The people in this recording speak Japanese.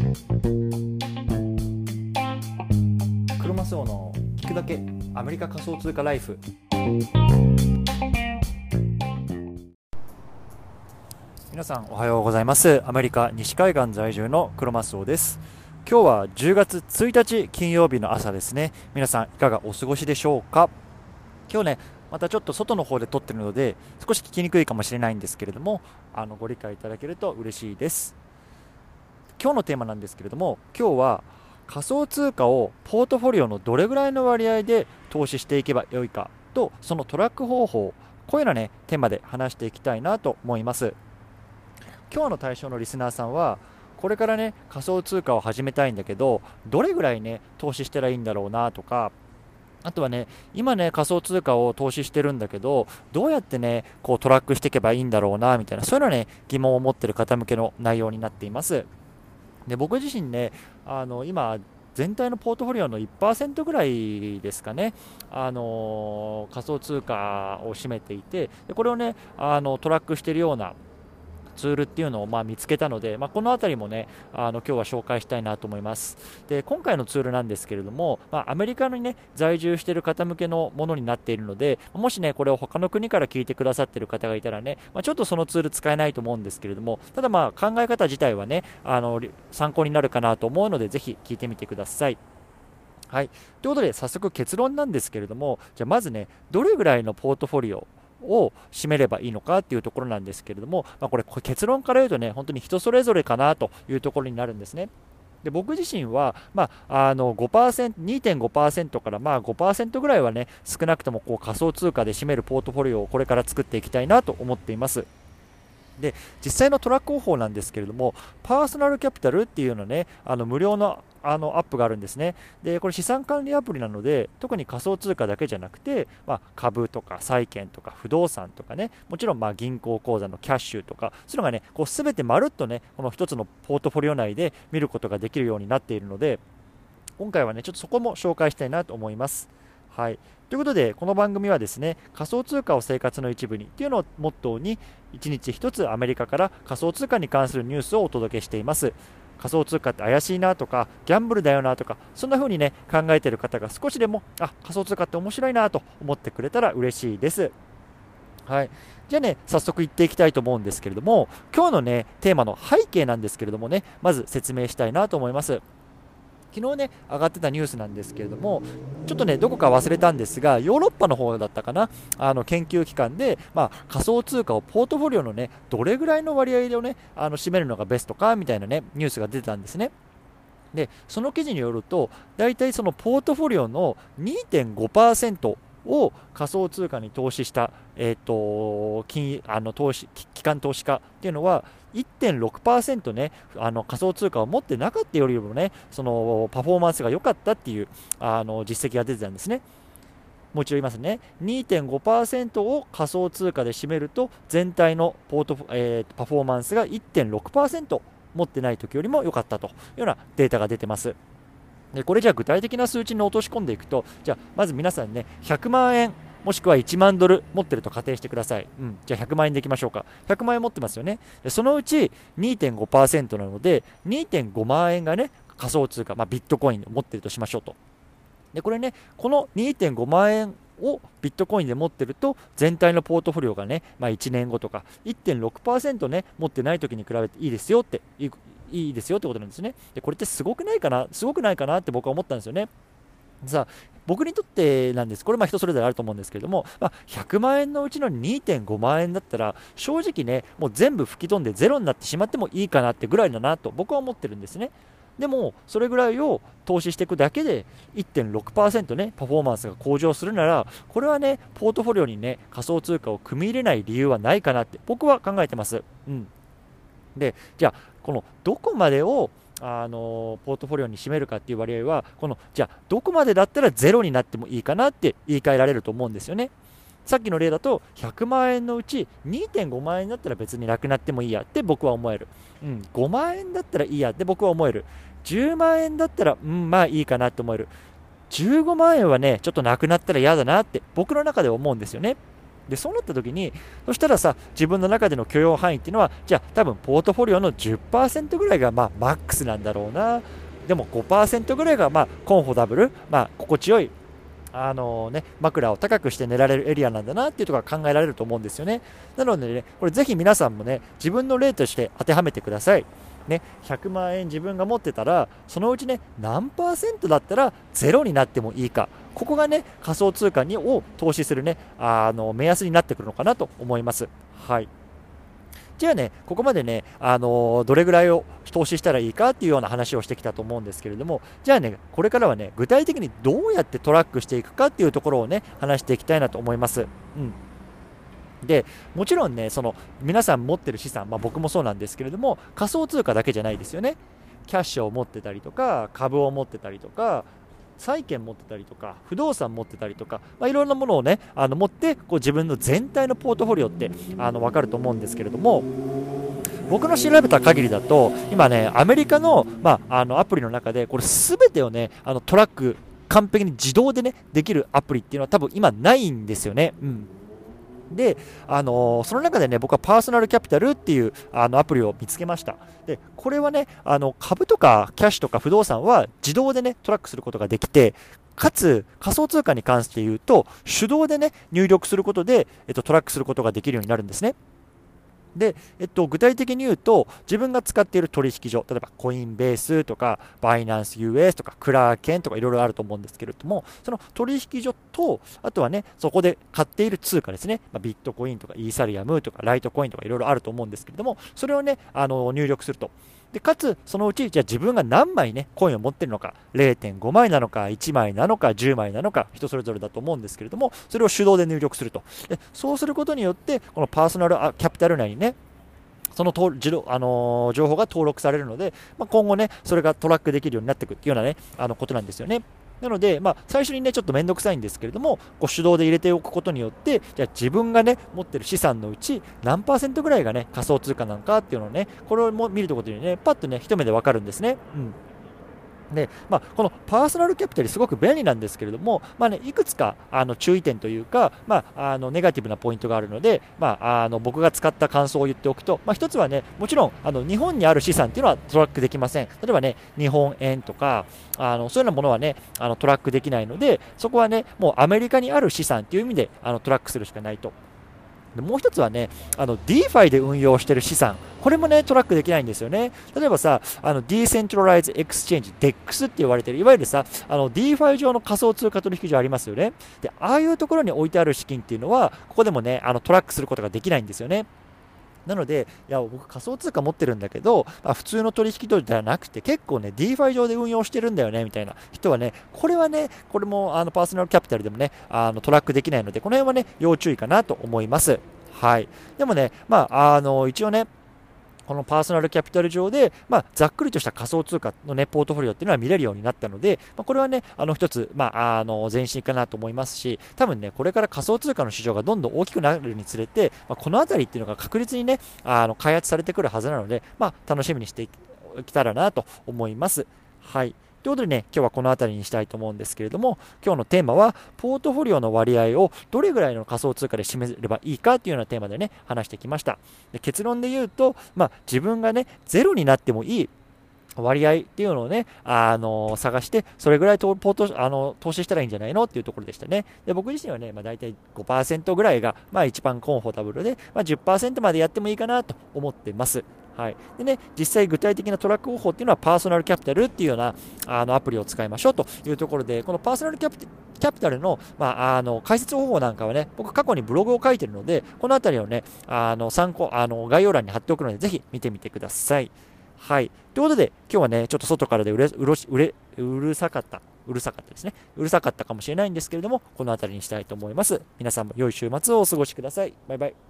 クロマスオの聞くだけアメリカ仮想通貨ライフ。皆さんおはようございます。アメリカ西海岸在住のクロマスオです。今日は10月1日金曜日の朝ですね。皆さんいかがお過ごしでしょうか。今日ねまたちょっと外の方で撮ってるので少し聞きにくいかもしれないんですけれども、ご理解いただけると嬉しいです。今日のテーマなんですけれども、今日は仮想通貨をポートフォリオのどれぐらいの割合で投資していけばよいかと、そのトラック方法、こういうようなねテーマで話していきたいなと思います。今日の対象のリスナーさんはこれからね仮想通貨を始めたいんだけど、どれぐらいね投資したらいいんだろうなとか、あとはね今ね仮想通貨を投資してるんだけどどうやってねこうトラックしていけばいいんだろうなみたいな、そういうのね疑問を持っている方向けの内容になっています。で僕自身ね今全体のポートフォリオの 1% ぐらいですかね、仮想通貨を占めていて、でこれをねトラックしているようなツールっていうのを見つけたので、このあたりもね今日は紹介したいなと思います。で今回のツールなんですけれども、アメリカにね在住している方向けのものになっているので、もしねこれを他の国から聞いてくださっている方がいたらね、ちょっとそのツール使えないと思うんですけれども、ただ考え方自体はね参考になるかなと思うのでぜひ聞いてみてください。はい、ということで早速結論なんですけれども、じゃあまずねどれぐらいのポートフォリオを占めればいいのかっていうところなんですけれども、これ結論から言うとね本当に人それぞれかなというところになるんですね。で僕自身は、5% 2.5% から5% ぐらいはね少なくともこう仮想通貨で占めるポートフォリオをこれから作っていきたいなと思っています。で実際のトラック方法なんですけれども、パーソナルキャピタルっていうのね無料のアップがあるんですね。でこれ資産管理アプリなので、特に仮想通貨だけじゃなくて、株とか債券とか不動産とかね、もちろん銀行口座のキャッシュとか、そういうのがねこう全てまるっとねこの一つのポートフォリオ内で見ることができるようになっているので、今回はねちょっとそこも紹介したいなと思います。はい、ということでこの番組はですね、仮想通貨を生活の一部にっていうのをモットーに1日1つアメリカから仮想通貨に関するニュースをお届けしています。仮想通貨って怪しいなとかギャンブルだよなとか、そんな風にね考えている方が少しでも仮想通貨って面白いなと思ってくれたら嬉しいです。はい、じゃあね早速言っていきたいと思うんですけれども、今日のねテーマの背景なんですけれどもね、まず説明したいなと思います。昨日ね上がってたニュースなんですけれども、ちょっとねどこか忘れたんですが、ヨーロッパの方だったかな、研究機関で、仮想通貨をポートフォリオのねどれぐらいの割合でね占めるのがベストかみたいなねニュースが出てたんですね。でその記事によると、だいたいそのポートフォリオの 2.5% を仮想通貨に投資した、投資機関投資家っていうのは 1.6% ね仮想通貨を持ってなかったよりもねそのパフォーマンスが良かったっていう実績が出てたんですね。もう一度言いますね。 2.5% を仮想通貨で占めると全体のパフォーマンスが 1.6% 持ってない時よりも良かったというようなデータが出てます。でこれじゃあ具体的な数値に落とし込んでいくと、じゃあまず皆さんね100万円もしくは1万ドル持ってると仮定してください。じゃあ100万円でいきましょうか。100万円持ってますよね。でそのうち 2.5% なので2.5万円がね仮想通貨、ビットコインを持ってるとしましょうと。でこれねこの 2.5 万円をビットコインで持ってると全体のポートフォリオがね、1年後とか 1.6% ね持ってない時に比べていいですよっていいですよってことなんですね。でこれってすごくないかなって僕は思ったんですよね。さあ僕にとってなんです。これ人それぞれあると思うんですけれども、100万円のうちの 2.5 万円だったら正直ねもう全部吹き飛んでゼロになってしまってもいいかなってぐらいだなと僕は思ってるんですね。でもそれぐらいを投資していくだけで 1.6% ねパフォーマンスが向上するなら、これはねポートフォリオにね仮想通貨を組み入れない理由はないかなって僕は考えてます。でじゃあこのどこまでをポートフォリオに占めるかっていう割合は、じゃあどこまでだったらゼロになってもいいかなって言い換えられると思うんですよね。さっきの例だと100万円のうち 2.5 万円だったら別になくなってもいいやって僕は思える。5万円だったらいいやって僕は思える。10万円だったらいいかなって思える。15万円はねちょっとなくなったら嫌だなって僕の中では思うんですよね。 でそうなった時に、そしたらさ、自分の中での許容範囲っていうのは、じゃあ多分ポートフォリオの 10% ぐらいがまあマックスなんだろうな、でも 5% ぐらいがまあコンフォダブル、まあ心地よい枕を高くして寝られるエリアなんだなっていうところが考えられると思うんですよね。なのでね、これぜひ皆さんもね、自分の例として当てはめてください。ね、100万円自分が持ってたら、そのうちね、何パーセントだったらゼロになってもいいか、ここがね、仮想通貨を投資するね、目安になってくるのかなと思います。はい。じゃあね、ここまでね、どれぐらいを投資したらいいかっていうような話をしてきたと思うんですけれども、じゃあね、これからはね、具体的にどうやってトラックしていくかっていうところをね、話していきたいなと思います。でもちろんね、その皆さん持ってる資産、僕もそうなんですけれども、仮想通貨だけじゃないですよね。キャッシュを持ってたりとか、株を持ってたりとか、債券持ってたりとか、不動産持ってたりとか、いろんなものをね、持ってこう自分の全体のポートフォリオって分かると思うんですけれども、僕の調べた限りだと、今ね、アメリカの、アプリの中で、これ全てをね、トラック完璧に自動でね、できるアプリっていうのは多分今ないんですよね。で、その中でね、僕はパーソナルキャピタルっていうアプリを見つけました。で、これはね、株とかキャッシュとか不動産は自動でね、トラックすることができて、かつ仮想通貨に関して言うと、手動でね、入力することで、トラックすることができるようになるんですね。で、具体的に言うと、自分が使っている取引所、例えばコインベースとか、バイナンス US とか、クラーケンとかいろいろあると思うんですけれども、その取引所と、あとはね、そこで買っている通貨ですね、ビットコインとか、イーサリアムとか、ライトコインとかいろいろあると思うんですけれども、それをね、入力すると。でかつ、そのうち、じゃあ自分が何枚ね、コインを持っているのか、0.5 枚なのか、1枚なのか、10枚なのか、人それぞれだと思うんですけれども、それを手動で入力すると。でそうすることによって、このパーソナルキャピタル内にね、その情報が登録されるので、今後ね、それがトラックできるようになっていくっていうようなね、ことなんですよね。なので、最初にね、ちょっとめんどくさいんですけれども、手動で入れておくことによって、じゃあ自分がね、持ってる資産のうち、何パーセントぐらいがね、仮想通貨なのかっていうのをね、これをも見ることにね、パッとね、一目でわかるんですね。でこのパーソナルキャピタルすごく便利なんですけれども、いくつか注意点というか、ネガティブなポイントがあるので、僕が使った感想を言っておくと、一つはね、もちろん日本にある資産っていうのはトラックできません。例えばね、日本円とかそういうようなものはね、トラックできないので、そこはね、もうアメリカにある資産っていう意味でトラックするしかないと。でもう一つはね、DeFi で運用している資産、これもね、トラックできないんですよね。例えばさ、Decentralized Exchange、DEX って言われてる、いわゆるさ、DeFi 上の仮想通貨取引所ありますよね。で、ああいうところに置いてある資金っていうのは、ここでもね、トラックすることができないんですよね。なので、いや、僕仮想通貨持ってるんだけど、普通の取引所ではなくて、結構ね、DeFi 上で運用してるんだよね、みたいな人はね、これはね、これもパーソナルキャピタルでもね、トラックできないので、この辺はね、要注意かなと思います。はい。でもね、一応ね、このパーソナルキャピタル上で、ざっくりとした仮想通貨のね、ポートフォリオっていうのは見れるようになったので、これはね、一つ、前進かなと思いますし、多分ね、これから仮想通貨の市場がどんどん大きくなるにつれて、このあたりっていうのが確実にね、開発されてくるはずなので、楽しみにしていけたらなと思います。はい。ということでね、今日はこの辺りにしたいと思うんですけれども、今日のテーマは、ポートフォリオの割合をどれぐらいの仮想通貨で占めればいいかというようなテーマでね、話してきました。で結論で言うと、自分がね、ゼロになってもいい割合っていうのをね、探して、それぐらい投資したらいいんじゃないのっていうところでしたね。で僕自身はね、大体 5% ぐらいが、一番コンフォータブルで、10% までやってもいいかなと思ってます。はい。でね、実際具体的なトラック方法っていうのはパーソナルキャピタルっていうようなアプリを使いましょうというところで、このパーソナルキャピタルの、解説方法なんかはね、僕過去にブログを書いてるので、このあたりをね、概要欄に貼っておくので、ぜひ見てみてください。はい。ということで、今日はね、ちょっと外からでうるさかったですね。うるさかったかもしれないんですけれども、このあたりにしたいと思います。皆さんも良い週末をお過ごしください。バイバイ。